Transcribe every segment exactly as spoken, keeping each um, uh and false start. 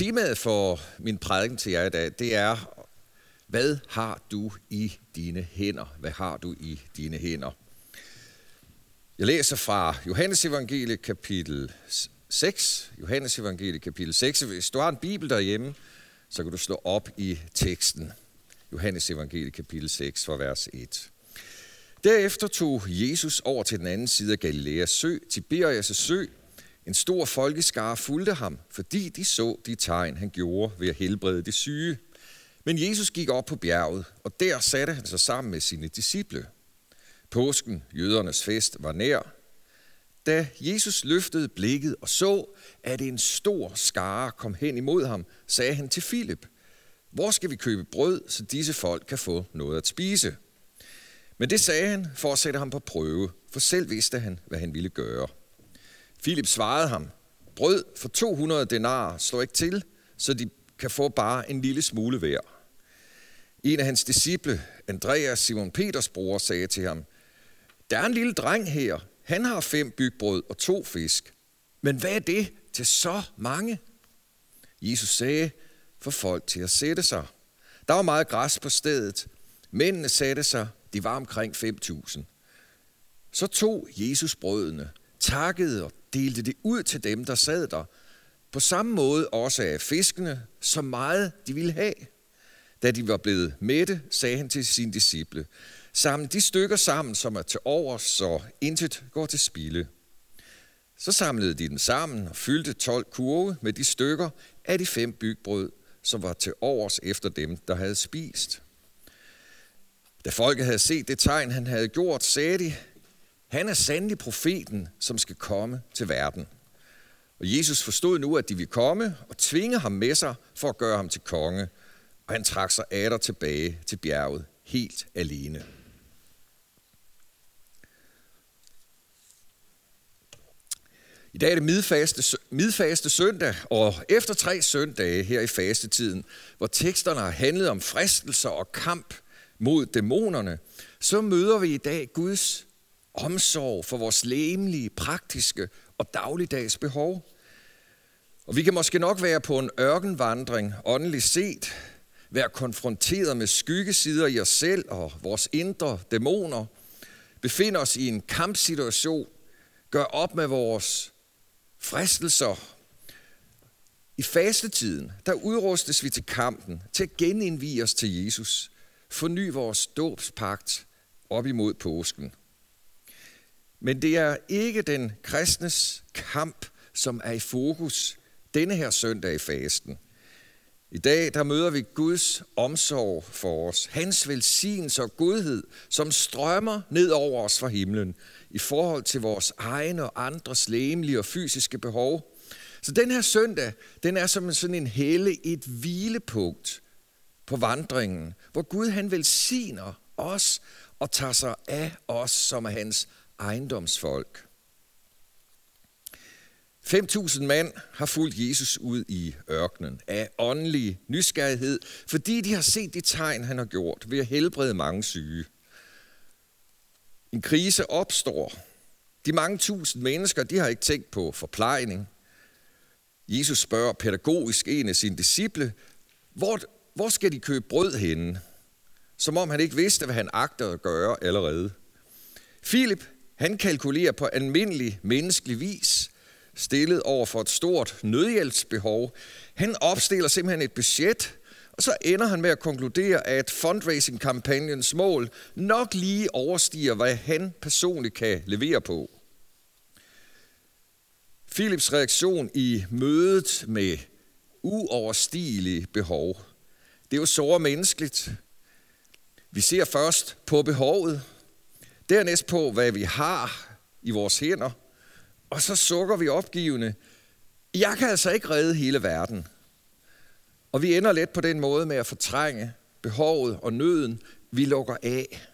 Temaet for min prædiken til jer i dag, det er, hvad har du i dine hænder? Hvad har du i dine hænder? Jeg læser fra Johannes evangeliet kapitel seks. Johannes evangeliet kapitel seks. Hvis du har en bibel derhjemme, så kan du slå op i teksten. Johannes evangeliet kapitel seks fra vers et. Derefter tog Jesus over til den anden side af Galilæas sø, Tiberias' sø. En stor folkeskare fulgte ham, fordi de så de tegn, han gjorde ved at helbrede de syge. Men Jesus gik op på bjerget, og der satte han sig sammen med sine disciple. Påsken, jødernes fest, var nær. Da Jesus løftede blikket og så, at en stor skare kom hen imod ham, sagde han til Filip: hvor skal vi købe brød, så disse folk kan få noget at spise? Men det sagde han for at sætte ham på prøve, for selv vidste han, hvad han ville gøre. Filip svarede ham: brød for to hundrede denarer slår ikke til, så de kan få bare en lille smule hver. En af hans disciple, Andreas, Simon Peters bror, sagde til ham: der er en lille dreng her, han har fem bygbrød og to fisk. Men hvad er det til så mange? Jesus sagde: for folk til at sætte sig. Der var meget græs på stedet. Mændene satte sig, de var omkring fem tusind. Så tog Jesus brødene, takkede og delte det ud til dem, der sad der. På samme måde også af fiskene, så meget de ville have. Da de var blevet mætte, sagde han til sine disciple: samle de stykker sammen, som er til overs, så intet går til spilde. Så samlede de dem sammen og fyldte tolv kurve med de stykker af de fem bygbrød, som var til overs efter dem, der havde spist. Da folket havde set det tegn, han havde gjort, sagde de: han er sandelig profeten, som skal komme til verden. Og Jesus forstod nu, at de ville komme og tvinge ham med sig for at gøre ham til konge. Og han trak sig atter tilbage til bjerget, helt alene. I dag er det midfaste, midfaste søndag, og efter tre søndage her i fastetiden, hvor teksterne har handlet om fristelser og kamp mod dæmonerne, så møder vi i dag Guds omsorg for vores legemlige, praktiske og dagligdags behov. Og vi kan måske nok være på en ørkenvandring, åndeligt set, være konfronteret med skyggesider i os selv og vores indre dæmoner, befinde os i en kampsituation, gøre op med vores fristelser. I fastetiden, der udrustes vi til kampen, til at genindvie os til Jesus, forny vores dåbspagt op imod påsken. Men det er ikke den kristnes kamp, som er i fokus denne her søndag i fasten. I dag der møder vi Guds omsorg for os, hans velsignelse og godhed, som strømmer ned over os fra himlen i forhold til vores egne og andres legemlige og fysiske behov. Så den her søndag, den er som sådan en helle, et hvilepunkt på vandringen, hvor Gud han velsigner os og tager sig af os, som er hans ejendomsfolk. fem tusind mand har fulgt Jesus ud i ørkenen af åndelig nysgerrighed, fordi de har set de tegn, han har gjort ved at helbrede mange syge. En krise opstår. De mange tusind mennesker, de har ikke tænkt på forplejning. Jesus spørger pædagogisk en af sine disciple: hvor, hvor skal de købe brød henne? Som om han ikke vidste, hvad han agtede at gøre allerede. Filip, han kalkulerer på almindelig menneskelig vis, stillet over for et stort nødhjælpsbehov. Han opstiller simpelthen et budget, og så ender han med at konkludere, at fundraising-kampagnens mål nok lige overstiger, hvad han personligt kan levere på. Filips reaktion i mødet med uoverstigelige behov, det er jo såre menneskeligt. Vi ser først på behovet, dernæst på, hvad vi har i vores hænder, og så sukker vi opgivende: jeg kan altså ikke redde hele verden. Og vi ender let på den måde med at fortrænge behovet og nøden, vi lukker af.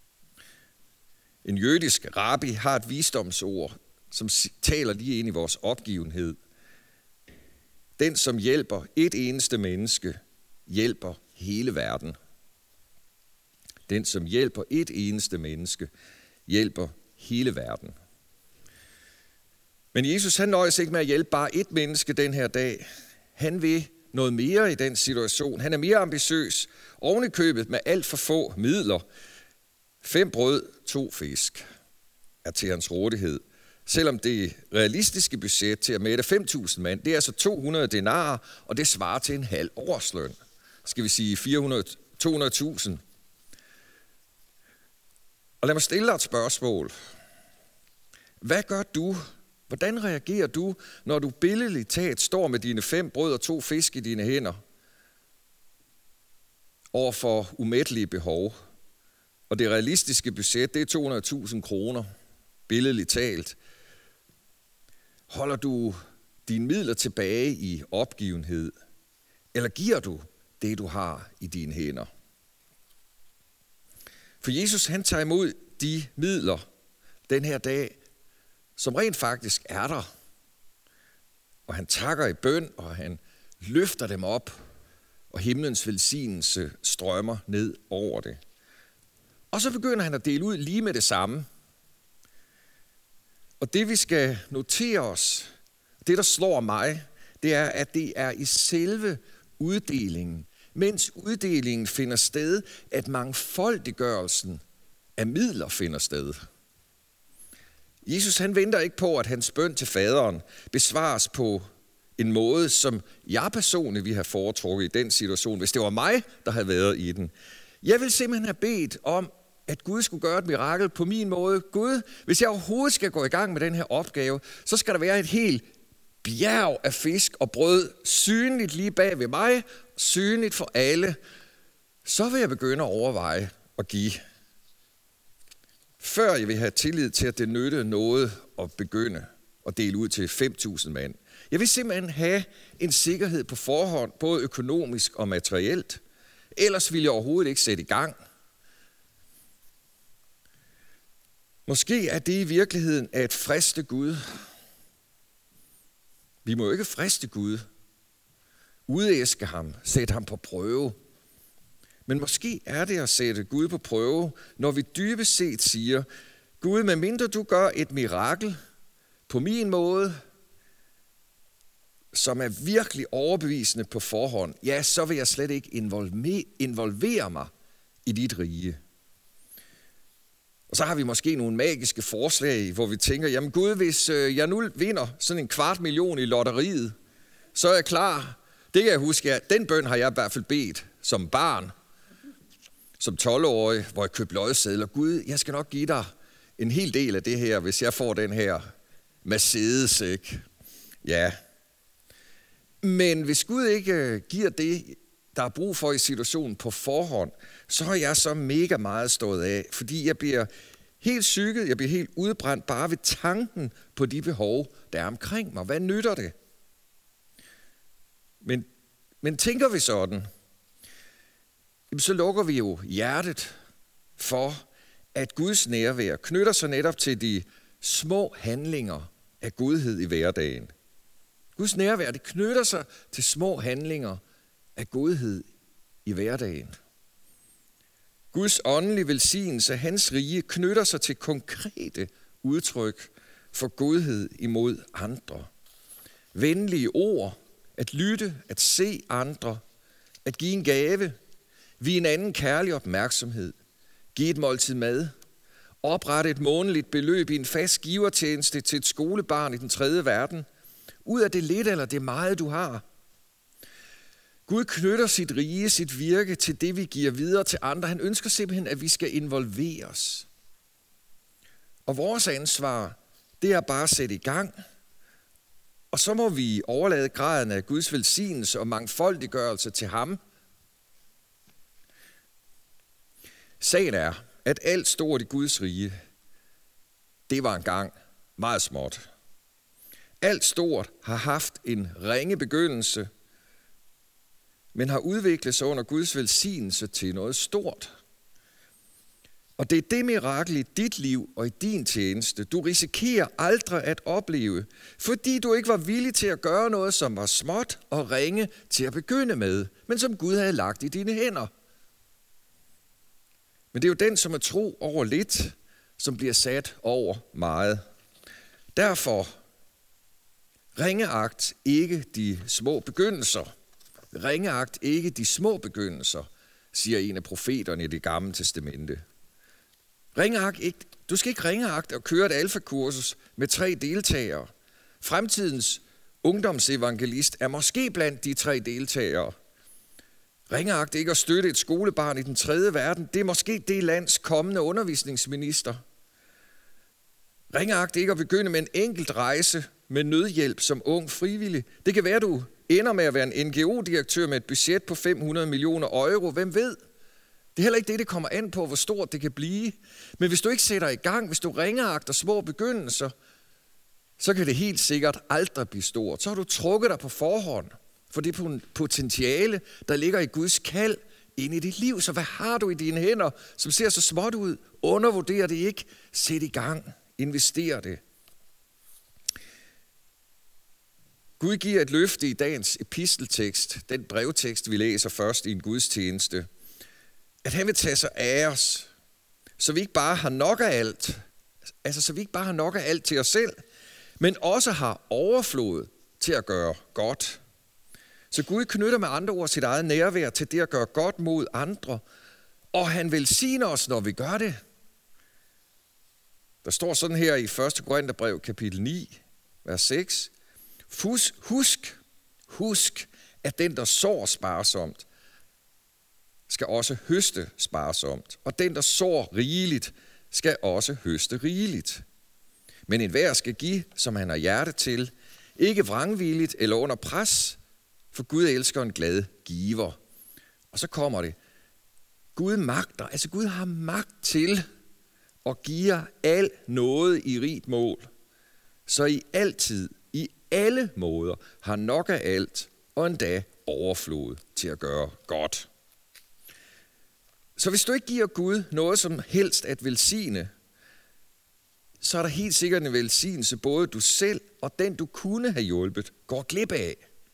En jødisk rabbi har et visdomsord, som taler lige ind i vores opgivenhed. Den, som hjælper et eneste menneske, hjælper hele verden. Den, som hjælper et eneste menneske, hjælper hele verden. Men Jesus han nøjes ikke med at hjælpe bare et menneske den her dag. Han vil noget mere i den situation. Han er mere ambitiøs. Oven i købet med alt for få midler. Fem brød, to fisk er til hans rådighed. Selvom det realistiske budget til at mætte fem tusind mand, det er altså to hundrede denarer, og det svarer til en halv årsløn. Skal vi sige fire hundrede, to hundrede tusind. Og lad mig stille dig et spørgsmål. Hvad gør du? Hvordan reagerer du, når du billedligt talt står med dine fem brød og to fisk i dine hænder over for umættelige behov? Og det realistiske budget, det er to hundrede tusind kroner, billedligt talt. Holder du dine midler tilbage i opgivenhed, eller giver du det, du har i dine hænder? For Jesus, han tager imod de midler den her dag, som rent faktisk er der. Og han takker i bøn, og han løfter dem op, og himlens velsignelse strømmer ned over det. Og så begynder han at dele ud lige med det samme. Og det vi skal notere os, det der slår mig, det er, at det er i selve uddelingen, mens uddelingen finder sted, at mangfoldiggørelsen af midler finder sted. Jesus, han venter ikke på, at hans bøn til faderen besvares på en måde, som jeg personligt ville have foretrukket i den situation, hvis det var mig, der havde været i den. Jeg vil simpelthen have bedt om, at Gud skulle gøre et mirakel på min måde. Gud, hvis jeg overhovedet skal gå i gang med den her opgave, så skal der være et helt bjerg af fisk og brød, synligt lige bag ved mig, synligt for alle. Så vil jeg begynde at overveje at give. Før jeg vil have tillid til, at det nytter noget at begynde at dele ud til fem tusind mand. Jeg vil simpelthen have en sikkerhed på forhånd, både økonomisk og materielt. Ellers vil jeg overhovedet ikke sætte i gang. Måske er det i virkeligheden at friste Gud. Vi må jo ikke friste Gud, udæske ham, sætte ham på prøve. Men måske er det at sætte Gud på prøve, når vi dybest set siger, Gud, medmindre du gør et mirakel på min måde, som er virkelig overbevisende på forhånd, ja, så vil jeg slet ikke involvere mig i dit rige. Og så har vi måske nogle magiske forslag, hvor vi tænker, jamen Gud, hvis jeg nu vinder sådan en kvart million i lotteriet, så er jeg klar. Det kan jeg huske, at den bøn har jeg i hvert fald bedt som barn, som tolv-årig, hvor jeg købte lodsedler. Gud, jeg skal nok give dig en hel del af det her, hvis jeg får den her Mercedes, ikke? Ja. Men hvis Gud ikke giver det, der er brug for i situationen på forhånd, så har jeg så mega meget stået af, fordi jeg bliver helt psyket, jeg bliver helt udbrændt bare ved tanken på de behov, der er omkring mig. Hvad nytter det? Men, men tænker vi sådan, så lukker vi jo hjertet for, at Guds nærvær knytter sig netop til de små handlinger af godhed i hverdagen. Guds nærvær, det knytter sig til små handlinger af godhed i hverdagen. Guds åndelige velsignelse, hans rige, knytter sig til konkrete udtryk for godhed imod andre. Venlige ord, at lytte, at se andre, at give en gave, vie en anden kærlig opmærksomhed, give et måltid mad, oprette et månedligt beløb i en fast givertjeneste til et skolebarn i den tredje verden, ud af det lidt eller det meget, du har. Gud knytter sit rige, sit virke til det, vi giver videre til andre. Han ønsker simpelthen, at vi skal involveres. Og vores ansvar, det er bare at sætte i gang. Og så må vi overlade graden af Guds velsignelse og mangfoldiggørelse til ham. Sagen er, at alt stort i Guds rige, det var engang meget småt. Alt stort har haft en ringe begyndelse, men har udviklet sig under Guds velsignelse til noget stort. Og det er det mirakel i dit liv og i din tjeneste, du risikerer aldrig at opleve, fordi du ikke var villig til at gøre noget, som var småt og ringe til at begynde med, men som Gud havde lagt i dine hænder. Men det er jo den, som er tro over lidt, som bliver sat over meget. Derfor ringeagt ikke de små begyndelser. Ringeagt ikke de små begyndelser, siger en af profeterne i Det Gamle Testamente. Ringeagt ikke, du skal ikke ringeagte og køre et alfakursus med tre deltagere. Fremtidens ungdomsevangelist er måske blandt de tre deltagere. Ringeagt ikke at støtte et skolebarn i den tredje verden. Det er måske det lands kommende undervisningsminister. Ringeagt ikke at begynde med en enkelt rejse med nødhjælp som ung frivillig. Det kan være, du ender med at være en N G O-direktør med et budget på fem hundrede millioner euro. Hvem ved? Det er heller ikke det, det kommer an på, hvor stort det kan blive. Men hvis du ikke sætter i gang, hvis du ringeagter små begyndelser, så kan det helt sikkert aldrig blive stort. Så har du trukket dig på forhånd for det potentiale, der ligger i Guds kald ind i dit liv. Så hvad har du i dine hænder, som ser så småt ud? Undervurder det ikke. Sæt i gang. Invester det. Gud giver et løfte i dagens episteltekst, den brevtekst, vi læser først i en gudstjeneste, at han vil tage sig af os, så vi ikke bare har nok af alt, altså så vi ikke bare har nok af alt til os selv, men også har overflod til at gøre godt. Så Gud knytter med andre ord sit eget nærvær til det at gøre godt mod andre, og han velsigner os, når vi gør det. Der står sådan her i første Korintherbrev, kapitel ni, vers seks. Husk, husk, husk, at den, der sår sparsomt, skal også høste sparsomt. Og den, der sår rigeligt, skal også høste rigeligt. Men enhver skal give, som han har hjerte til, ikke vrangvilligt eller under pres, for Gud elsker en glad giver. Og så kommer det. Gud magter, altså Gud har magt til og giver al noget i rigt mål. Så I altid, i alle måder, har nok af alt, og endda overflod til at gøre godt. Så hvis du ikke giver Gud noget som helst at velsigne, så er der helt sikkert en velsignelse, både du selv og den, du kunne have hjulpet, går glip af.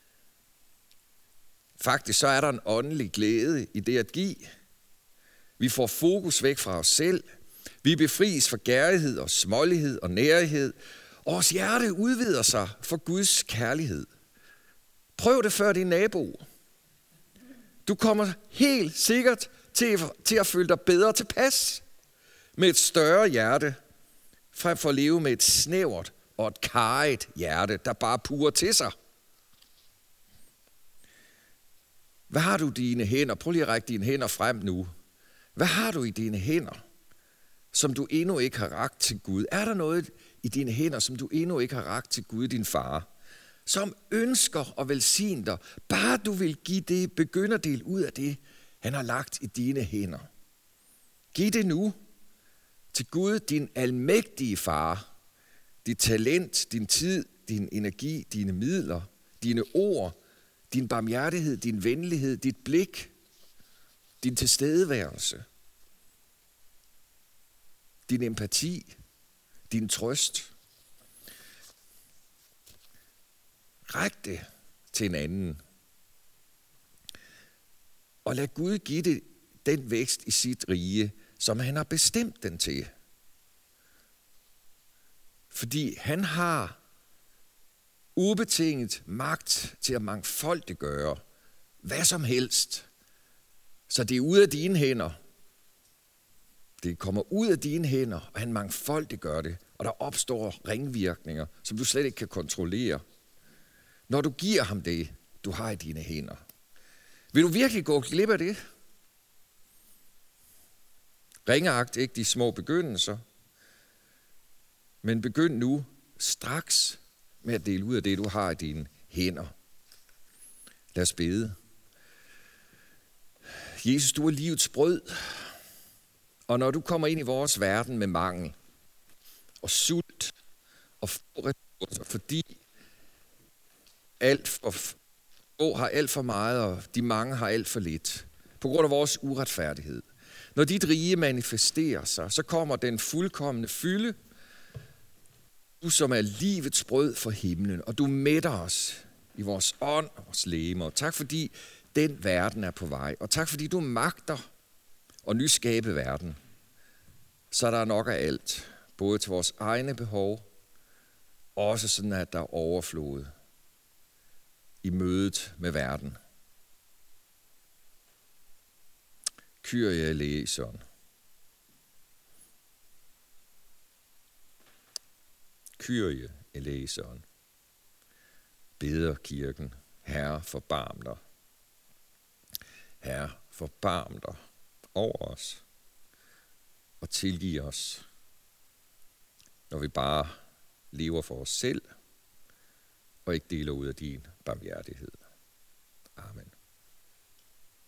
Faktisk så er der en åndelig glæde i det at give. Vi får fokus væk fra os selv. Vi befries fra gærighed og smålighed og nærighed. Og vores hjerte udvider sig for Guds kærlighed. Prøv det før din nabo. Du kommer helt sikkert til, til at føle dig bedre tilpas med et større hjerte, frem for at leve med et snævert og et karret hjerte, der bare purer til sig. Hvad har du i dine hænder? Prøv lige at række dine hænder frem nu. Hvad har du i dine hænder, som du endnu ikke har rakt til Gud? Er der noget i dine hænder, som du endnu ikke har rakt til Gud, din far, som ønsker at velsigne dig? Bare du vil give det, begynd at dele ud af det, han har lagt i dine hænder. Giv det nu til Gud, din almægtige far, dit talent, din tid, din energi, dine midler, dine ord, din barmhjertighed, din venlighed, dit blik, din tilstedeværelse, din empati, din trøst. Ræk det til en anden. Og lad Gud give det den vækst i sit rige, som han har bestemt den til. Fordi han har ubetinget magt til at mangfoldiggøre hvad som helst. Så det er ud af dine hænder. Det kommer ud af dine hænder, og han mangfoldiggør det. Og der opstår ringvirkninger, som du slet ikke kan kontrollere. Når du giver ham det, du har i dine hænder. Vil du virkelig gå glip af det? Ringeagt ikke de små begyndelser, men begynd nu straks med at dele ud af det, du har i dine hænder. Lad os bede. Jesus, du er livets brød, og når du kommer ind i vores verden med mangel og sult og få ressourcer, fordi alt for få har alt for meget, og de mange har alt for lidt, på grund af vores uretfærdighed. Når dit rige manifesterer sig, så kommer den fuldkomne fylde, du som er livets brød for himlen, og du mætter os i vores ånd og vores lemmer. Tak fordi den verden er på vej, og tak fordi du magter at nyskabe verden, så der er nok af alt, både til vores egne behov, også sådan at der er overflod i mødet med verden. Kyrie eleison. Kyrie eleison. Beder kirken, Herre, forbarm dig. Herre, forbarm dig over os og tilgiv os, når vi bare lever for os selv og ikke deler ud af din barmhjertighed. Amen.